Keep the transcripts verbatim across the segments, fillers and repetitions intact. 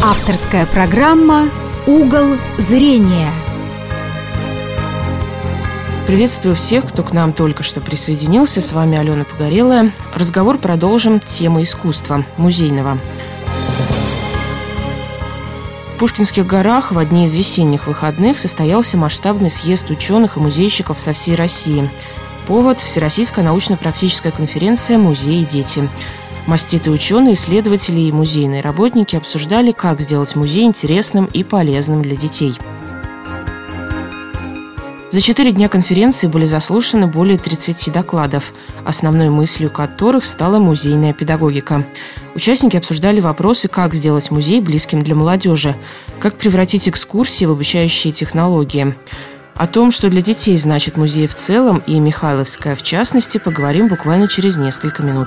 Авторская программа «Угол зрения». Приветствую всех, кто к нам только что присоединился. С вами Алена Погорелая. Разговор продолжим темой искусства, музейного. В Пушкинских горах в одни из весенних выходных состоялся масштабный съезд ученых и музейщиков со всей России. Повод – Всероссийская научно-практическая конференция «Музеи и дети». Маститые ученые, исследователи и музейные работники обсуждали, как сделать музей интересным и полезным для детей. За четыре дня конференции были заслушаны более тридцати докладов, основной мыслью которых стала музейная педагогика. Участники обсуждали вопросы, как сделать музей близким для молодежи, как превратить экскурсии в обучающие технологии. О том, что для детей значит музей в целом и Михайловская в частности, поговорим буквально через несколько минут.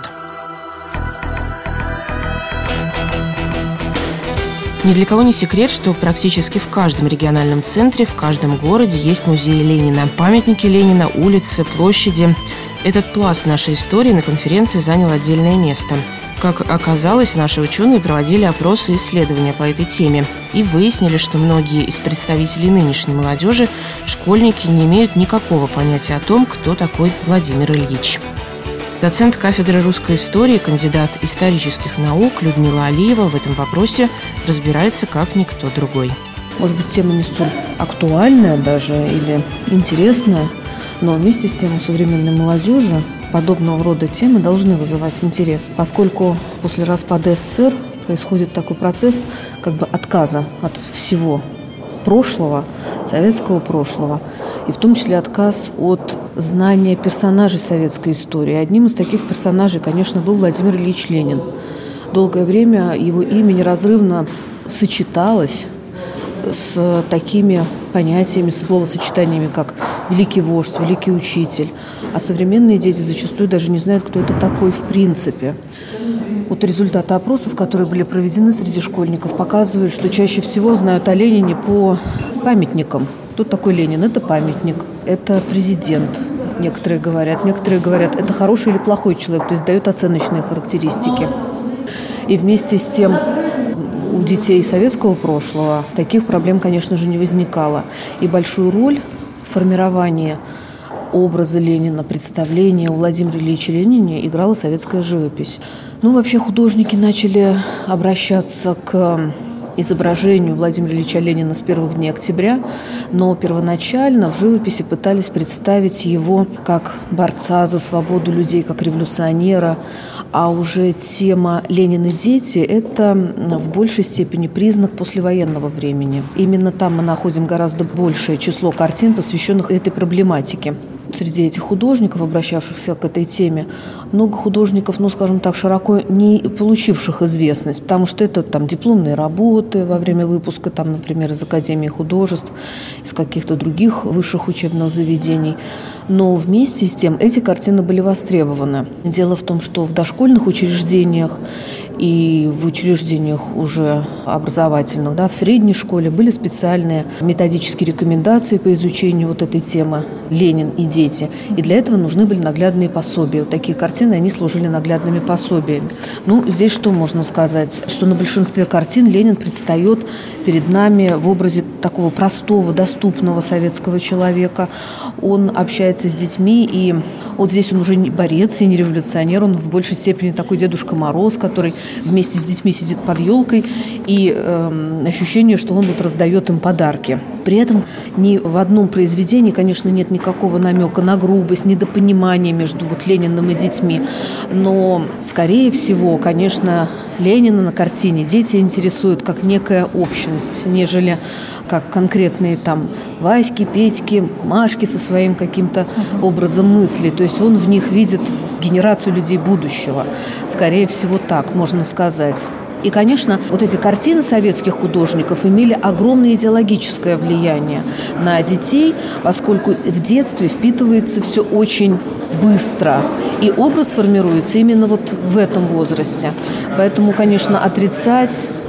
Ни для кого не секрет, что практически в каждом региональном центре, в каждом городе есть музей Ленина. Памятники Ленина, улицы, площади. Этот пласт нашей истории на конференции занял отдельное место. Как оказалось, наши ученые проводили опросы и исследования по этой теме и выяснили, что многие из представителей нынешней молодежи, школьники, не имеют никакого понятия о том, кто такой Владимир Ильич. Доцент кафедры русской истории, кандидат исторических наук Людмила Алиева в этом вопросе разбирается как никто другой. Может быть, тема не столь актуальная даже или интересная, но вместе с тем у современной молодежи подобного рода темы должны вызывать интерес, поскольку после распада СССР происходит такой процесс как бы отказа от всего прошлого, советского прошлого, и в том числе отказ от знания персонажей советской истории. Одним из таких персонажей, конечно, был Владимир Ильич Ленин. Долгое время его имя неразрывно сочеталось с такими понятиями, с словосочетаниями, как «великий вождь», «великий учитель». А современные дети зачастую даже не знают, кто это такой в принципе. Вот результаты опросов, которые были проведены среди школьников, показывают, что чаще всего знают о Ленине по памятникам. Кто такой Ленин? Это памятник, это президент, некоторые говорят. Некоторые говорят, это хороший или плохой человек, то есть дают оценочные характеристики. И вместе с тем у детей советского прошлого таких проблем, конечно же, не возникало. И большую роль в формировании образа Ленина, представления о Владимире Ильиче Ленине играла советская живопись. Ну, вообще художники начали обращаться к изображению Владимира Ильича Ленина с первых дней октября, но первоначально в живописи пытались представить его как борца за свободу людей, как революционера, а уже тема «Ленин и дети» – это в большей степени признак послевоенного времени. Именно там мы находим гораздо большее число картин, посвященных этой проблематике. Среди этих художников, обращавшихся к этой теме, много художников, ну, скажем так, широко не получивших известность, потому что это там дипломные работы во время выпуска, там, например, из Академии художеств, из каких-то других высших учебных заведений. Но вместе с тем эти картины были востребованы. Дело в том, что в дошкольных учреждениях и в учреждениях уже образовательных, да, в средней школе были специальные методические рекомендации по изучению вот этой темы «Ленин и дети». И для этого нужны были наглядные пособия. Вот такие картины, они служили наглядными пособиями. Ну, здесь что можно сказать? Что на большинстве картин Ленин предстает перед нами в образе такого простого, доступного советского человека. Он общается с детьми, и вот здесь он уже не борец и не революционер, он в большей степени такой Дедушка Мороз, который вместе с детьми сидит под елкой, и э, ощущение, что он вот раздает им подарки. При этом ни в одном произведении, конечно, нет никакого намека на грубость, недопонимание между вот Лениным и детьми, но, скорее всего, конечно, Ленина на картине дети интересуют как некая общность, нежели как конкретные там Васьки, Петьки, Машки со своим каким-то образом мысли. То есть он в них видит генерацию людей будущего. Скорее всего, так можно сказать. И, конечно, вот эти картины советских художников имели огромное идеологическое влияние на детей, поскольку в детстве впитывается все очень быстро. И образ формируется именно вот в этом возрасте. Поэтому, конечно, отрицать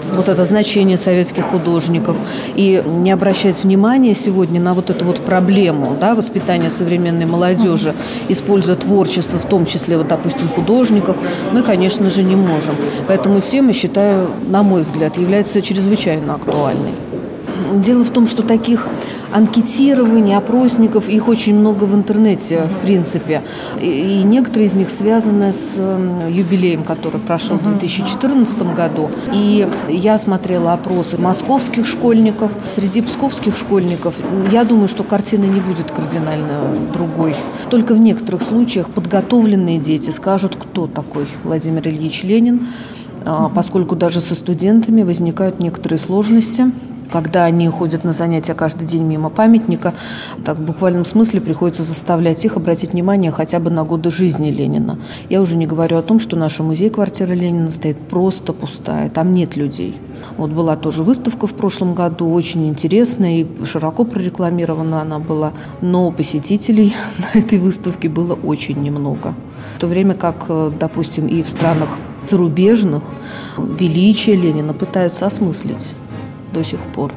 вот это значение советских художников и не обращать внимания сегодня на вот эту вот проблему, да, воспитания современной молодежи, используя творчество, в том числе, вот, допустим, художников, мы, конечно же, не можем. Поэтому тема, считаю, на мой взгляд, является чрезвычайно актуальной. Дело в том, что таких анкетирований, опросников, их очень много в интернете, в принципе. И, и некоторые из них связаны с э, юбилеем, который прошел в две тысячи четырнадцатом году. И я смотрела опросы московских школьников. Среди псковских школьников, я думаю, что картина не будет кардинально другой. Только в некоторых случаях подготовленные дети скажут, кто такой Владимир Ильич Ленин, э, поскольку даже со студентами возникают некоторые сложности. Когда они ходят на занятия каждый день мимо памятника, так в буквальном смысле приходится заставлять их обратить внимание хотя бы на годы жизни Ленина. Я уже не говорю о том, что наша музей-квартира Ленина стоит просто пустая, там нет людей. Вот была тоже выставка в прошлом году, очень интересная и широко прорекламирована она была, но посетителей на этой выставке было очень немного. В то время как, допустим, и в странах зарубежных величие Ленина пытаются осмыслить до сих пор.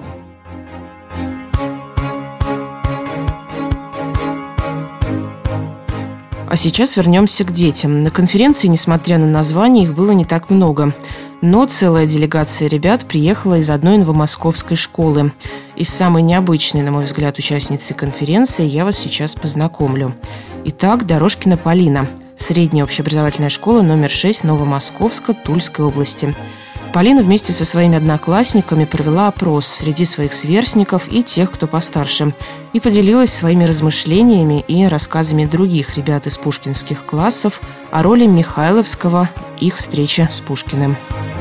А сейчас вернемся к детям. На конференции, несмотря на название, их было не так много. Но целая делегация ребят приехала из одной новомосковской школы. И с самой необычной, на мой взгляд, участницей конференции я вас сейчас познакомлю. Итак, Дорожкина Полина. Средняя общеобразовательная школа номер шесть Новомосковска Тульской области. Полина вместе со своими одноклассниками провела опрос среди своих сверстников и тех, кто постарше, и поделилась своими размышлениями и рассказами других ребят из пушкинских классов о роли Михайловского в их встрече с Пушкиным.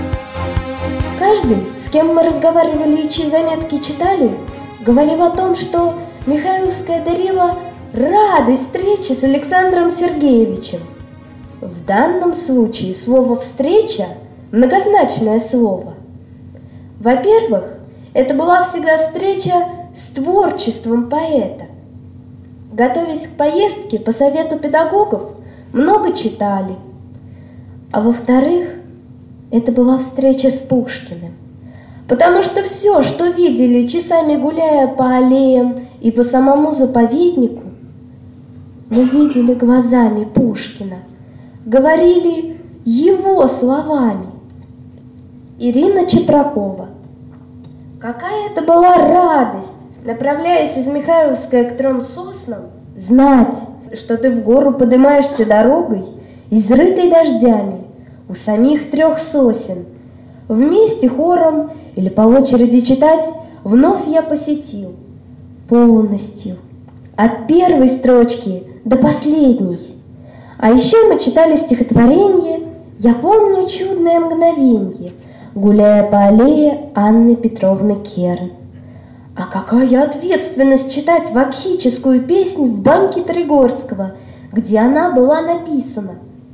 Каждый, с кем мы разговаривали и чьи заметки читали, говорил о том, что Михайловская дарила радость встречи с Александром Сергеевичем. В данном случае слово «встреча» многозначное слово. Во-первых, это была всегда встреча с творчеством поэта. Готовясь к поездке, по совету педагогов, много читали. А во-вторых, это была встреча с Пушкиным. Потому что все, что видели, часами гуляя по аллеям и по самому заповеднику, мы видели глазами Пушкина, говорили его словами. Ирина Чепракова. Какая это была радость, направляясь из Михайловской к трем соснам, знать, что ты в гору поднимаешься дорогой, изрытой дождями, у самих трех сосен. Вместе хором или по очереди читать вновь я посетил. Полностью. От первой строчки до последней. А еще мы читали стихотворение «Я помню чудное мгновенье», гуляя по аллее Анны Петровны Керн. А какая ответственность читать вакхическую песнь в банке Тригорского, где она была написана.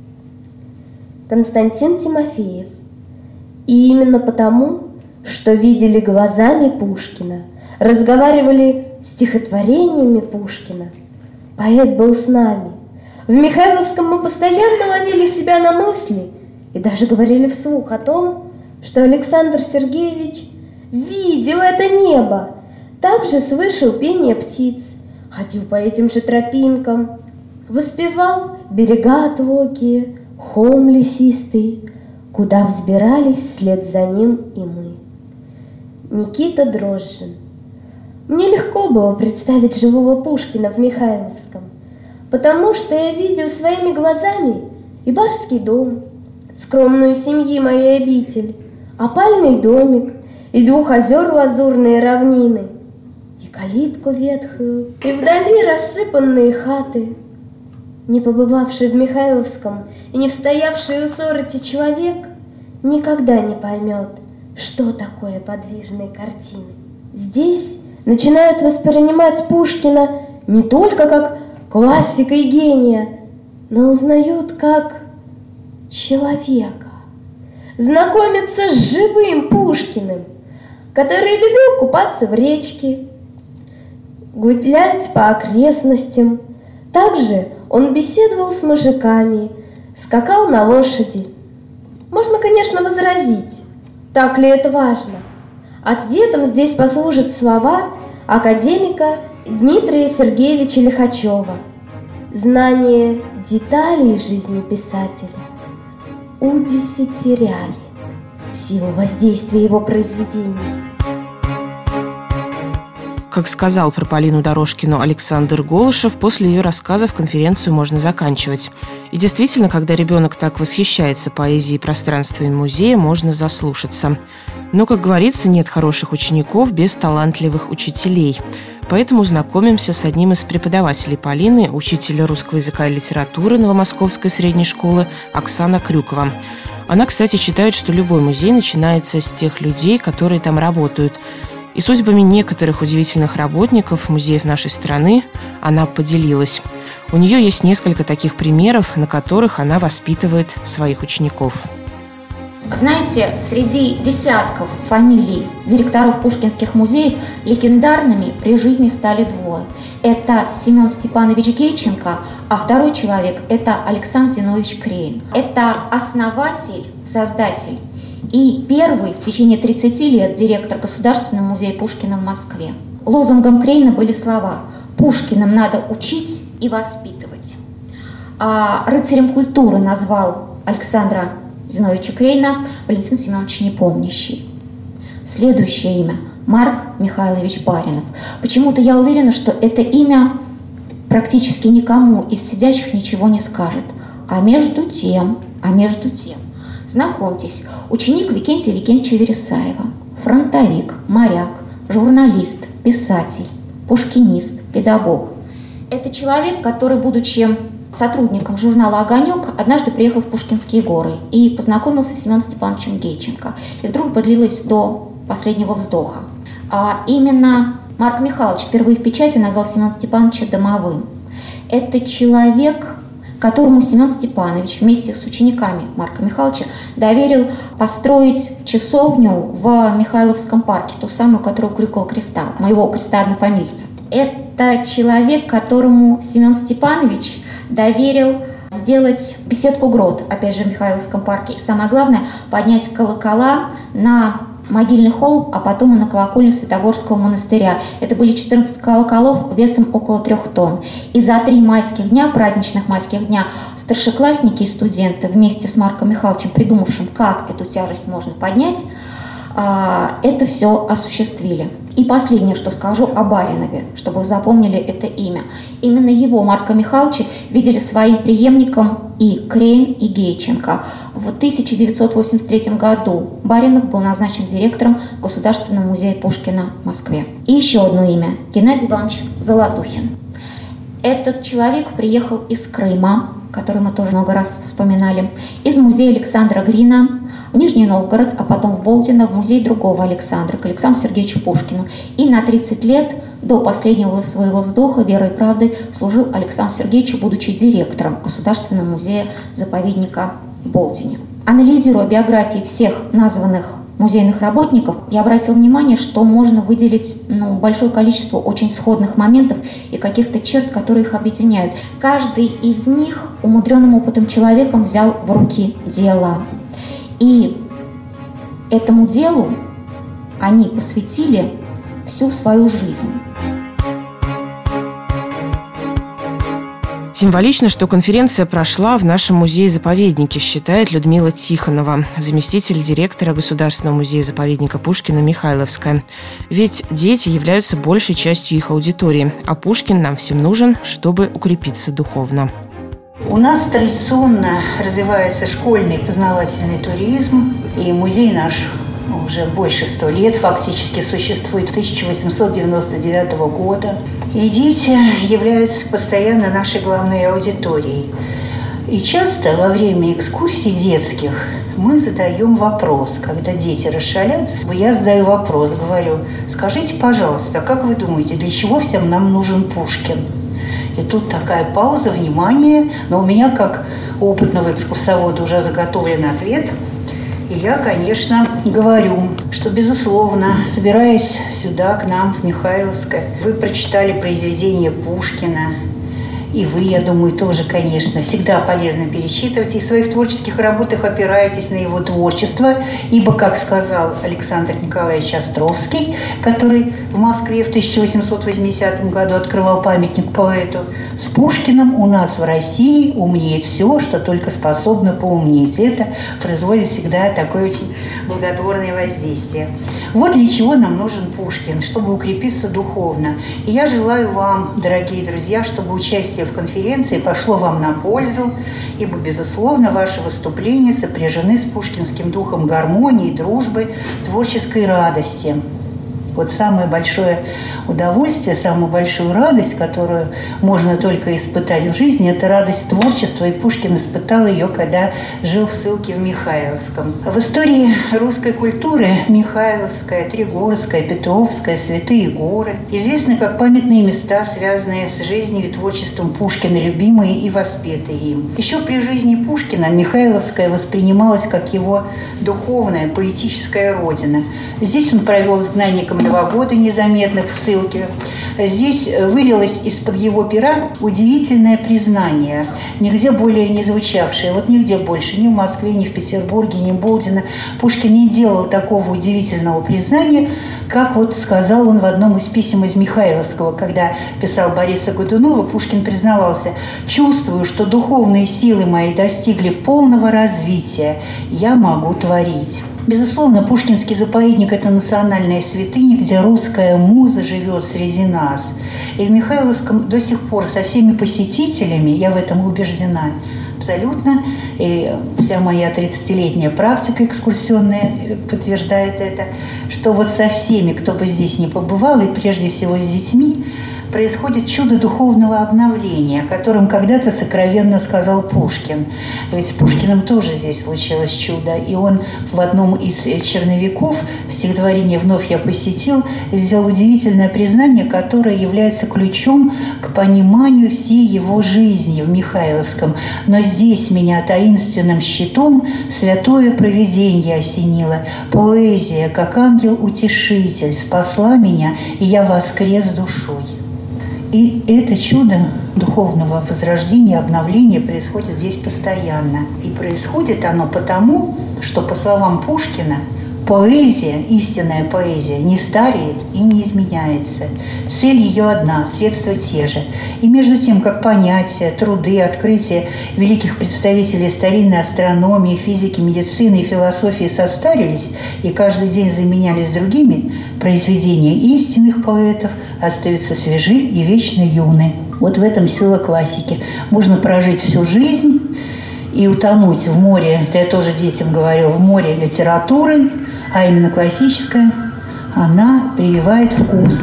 Константин Тимофеев. И именно потому, что видели глазами Пушкина, разговаривали стихотворениями Пушкина, поэт был с нами. В Михайловском мы постоянно ловили себя на мысли и даже говорили вслух о том, что Александр Сергеевич видел это небо, также слышал пение птиц, ходил по этим же тропинкам, воспевал берега отлогие, холм лесистый, куда взбирались вслед за ним и мы. Никита Дрожжин. Мне легко было представить живого Пушкина в Михайловском, потому что я видел своими глазами и барский дом, скромную семьи моей обитель, опальный домик и двух озер лазурные равнины, и калитку ветхую, и вдали рассыпанные хаты. Не побывавший в Михайловском и не встоявший у сороти человек никогда не поймет, что такое подвижные картины. Здесь начинают воспринимать Пушкина не только как классика и гения, но узнают как человека. Знакомиться с живым Пушкиным, который любил купаться в речке, гулять по окрестностям. Также он беседовал с мужиками, скакал на лошади. Можно, конечно, возразить, Так ли это важно? Ответом здесь послужат слова академика Дмитрия Сергеевича Лихачева. Знание деталей жизни писателя удесятеряет силу воздействия его произведений. Как сказал про Полину Дорошкину Александр Голышев, после ее рассказов конференцию можно заканчивать. И действительно, когда ребенок так восхищается поэзией пространства и музея, можно заслушаться. Но, как говорится, нет хороших учеников без талантливых учителей. Поэтому знакомимся с одним из преподавателей Полины, учителя русского языка и литературы Новомосковской средней школы Оксана Крюкова. Она, кстати, считает, что любой музей начинается с тех людей, которые там работают. И судьбами некоторых удивительных работников музеев нашей страны она поделилась. У нее есть несколько таких примеров, на которых она воспитывает своих учеников. Знаете, среди десятков фамилий директоров пушкинских музеев легендарными при жизни стали двое. Это Семен Степанович Гейченко, а второй человек – это Александр Зиновьевич Крейн. Это основатель, создатель и первый в течение тридцати лет директор Государственного музея Пушкина в Москве. Лозунгом Крейна были слова «Пушкиным надо учить и воспитывать». А рыцарем культуры назвал Александра Зиновьевича Крейна Валентин Семенович Непомнящий. Следующее имя – Марк Михайлович Баринов. Почему-то я уверена, что это имя практически никому из сидящих ничего не скажет. А между тем, а между тем, знакомьтесь, ученик Викентия Викентьевича Вересаева, фронтовик, моряк, журналист, писатель, пушкинист, педагог. Это человек, который, будучи сотрудником журнала «Огонек», однажды приехал в Пушкинские горы и познакомился с Семеном Степановичем Гейченко. Их дружба длилась до последнего вздоха. А именно Марк Михайлович впервые в печати назвал Семена Степановича домовым. Это человек, которому Семен Степанович вместе с учениками Марка Михайловича доверил построить часовню в Михайловском парке, ту самую, которую у Крюкова креста, моего креста однофамильца. Это человек, которому Семен Степанович доверил сделать беседку грот, опять же, в Михайловском парке. И самое главное, поднять колокола на могильный холм, а потом и на колокольню Святогорского монастыря. Это были четырнадцать колоколов весом около трех тонн. И за три майских дня, праздничных майских дня, старшеклассники и студенты вместе с Марком Михайловичем, придумавшим, как эту тяжесть можно поднять, это все осуществили. И последнее, что скажу о Баринове, чтобы вы запомнили это имя. Именно его, Марка Михайловича, видели своим преемником и Крейн, и Гейченко. В тысяча девятьсот восемьдесят третьем году Баринов был назначен директором Государственного музея Пушкина в Москве. И еще одно имя – Геннадий Иванович Золотухин. Этот человек приехал из Крыма, который мы тоже много раз вспоминали, из музея Александра Грина в Нижний Новгород, а потом в Болдино, в музей другого Александра, к Александру Сергеевичу Пушкину. И на тридцать лет до последнего своего вздоха верой и правдой служил Александру Сергеевичу, будучи директором Государственного музея-заповедника в Болдине. Анализируя биографии всех названных музейных работников, я обратила внимание, что можно выделить ну, большое количество очень сходных моментов и каких-то черт, которые их объединяют. Каждый из них умудренным опытом человеком взял в руки дело. И этому делу они посвятили всю свою жизнь. Символично, что конференция прошла в нашем музее-заповеднике, считает Людмила Тихонова, заместитель директора Государственного музея-заповедника Пушкина Михайловская. Ведь дети являются большей частью их аудитории, а Пушкин нам всем нужен, чтобы укрепиться духовно. У нас традиционно развивается школьный познавательный туризм, и музей наш уже больше ста лет фактически существует, с тысяча восемьсот девяносто девятого года. И дети являются постоянно нашей главной аудиторией. И часто во время экскурсий детских мы задаем вопрос, когда дети расшалятся, я задаю вопрос, говорю: скажите, пожалуйста, как вы думаете, для чего всем нам нужен Пушкин? И тут такая пауза, внимание, но у меня, как опытного экскурсовода, уже заготовлен ответ. И я, конечно, говорю, что, безусловно, собираясь сюда, к нам, в Михайловское, вы прочитали произведение Пушкина. И вы, я думаю, тоже, конечно, всегда полезно пересчитывать. И в своих творческих работах опираетесь на его творчество, ибо, как сказал Александр Николаевич Островский, который в Москве в тысяча восемьсот восьмидесятом году открывал памятник поэту, с Пушкиным у нас в России умнеет все, что только способно поумнеть. Это производит всегда такое очень благотворное воздействие. Вот для чего нам нужен Пушкин, чтобы укрепиться духовно. И я желаю вам, дорогие друзья, чтобы участие в конференции пошло вам на пользу, ибо, безусловно, ваши выступления сопряжены с пушкинским духом гармонии, дружбы, творческой радости. Вот самое большое удовольствие, самую большую радость, которую можно только испытать в жизни, это радость творчества, и Пушкин испытал ее, когда жил в ссылке в Михайловском. В истории русской культуры Михайловская, Тригорская, Петровская, Святые горы известны как памятные места, связанные с жизнью и творчеством Пушкина, любимые и воспетые им. Еще при жизни Пушкина Михайловская воспринималась как его духовная, поэтическая родина. Здесь он провел изгнанником два года незаметных в ссылке. Здесь вылилось из-под его пера удивительное признание, нигде более не звучавшее. Вот нигде больше, ни в Москве, ни в Петербурге, ни в Болдино Пушкин не делал такого удивительного признания, как вот сказал он в одном из писем из Михайловского, когда писал Бориса Годунова, Пушкин признавался: «Чувствую, что духовные силы мои достигли полного развития, я могу творить». Безусловно, пушкинский заповедник – это национальная святыня, где русская муза живет среди нас. И в Михайловском до сих пор со всеми посетителями, я в этом убеждена, абсолютно, и вся моя тридцатилетняя практика экскурсионная подтверждает это, что вот со всеми, кто бы здесь не побывал, и прежде всего с детьми, происходит чудо духовного обновления, о котором когда-то сокровенно сказал Пушкин. Ведь с Пушкиным тоже здесь случилось чудо. И он в одном из черновиков стихотворения «Вновь я посетил» сделал удивительное признание, которое является ключом к пониманию всей его жизни в Михайловском. «Но здесь меня таинственным щитом святое провиденье осенило. Поэзия, как ангел-утешитель, спасла меня, и я воскрес душой». И это чудо духовного возрождения, обновления происходит здесь постоянно. И происходит оно потому, что, по словам Пушкина, поэзия, истинная поэзия, не стареет и не изменяется. Цель ее одна, средства те же. И между тем, как понятия, труды, открытия великих представителей старинной астрономии, физики, медицины и философии состарились и каждый день заменялись другими, произведения истинных поэтов остаются свежи и вечно юны. Вот в этом сила классики. Можно прожить всю жизнь и утонуть в море, это я тоже детям говорю, в море литературы, а именно классическая, она прививает вкус.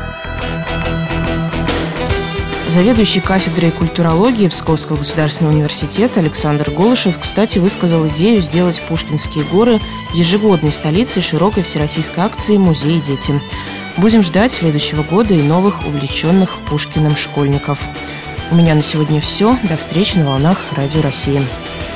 Заведующий кафедрой культурологии Псковского государственного университета Александр Голышев, кстати, высказал идею сделать Пушкинские горы ежегодной столицей широкой всероссийской акции «Музей дети». Будем ждать следующего года и новых увлеченных Пушкиным школьников. У меня на сегодня все. До встречи на волнах Радио России.